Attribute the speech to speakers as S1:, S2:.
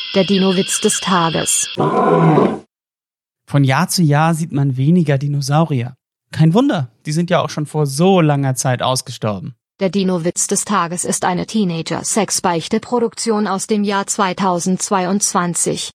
S1: Der Dino-Witz des Tages.
S2: Von Jahr zu Jahr sieht man weniger Dinosaurier. Kein Wunder, die sind ja auch schon vor so langer Zeit ausgestorben.
S1: Der Dino-Witz des Tages ist eine Teenager-Sex-Beichte-Produktion aus dem Jahr 2022.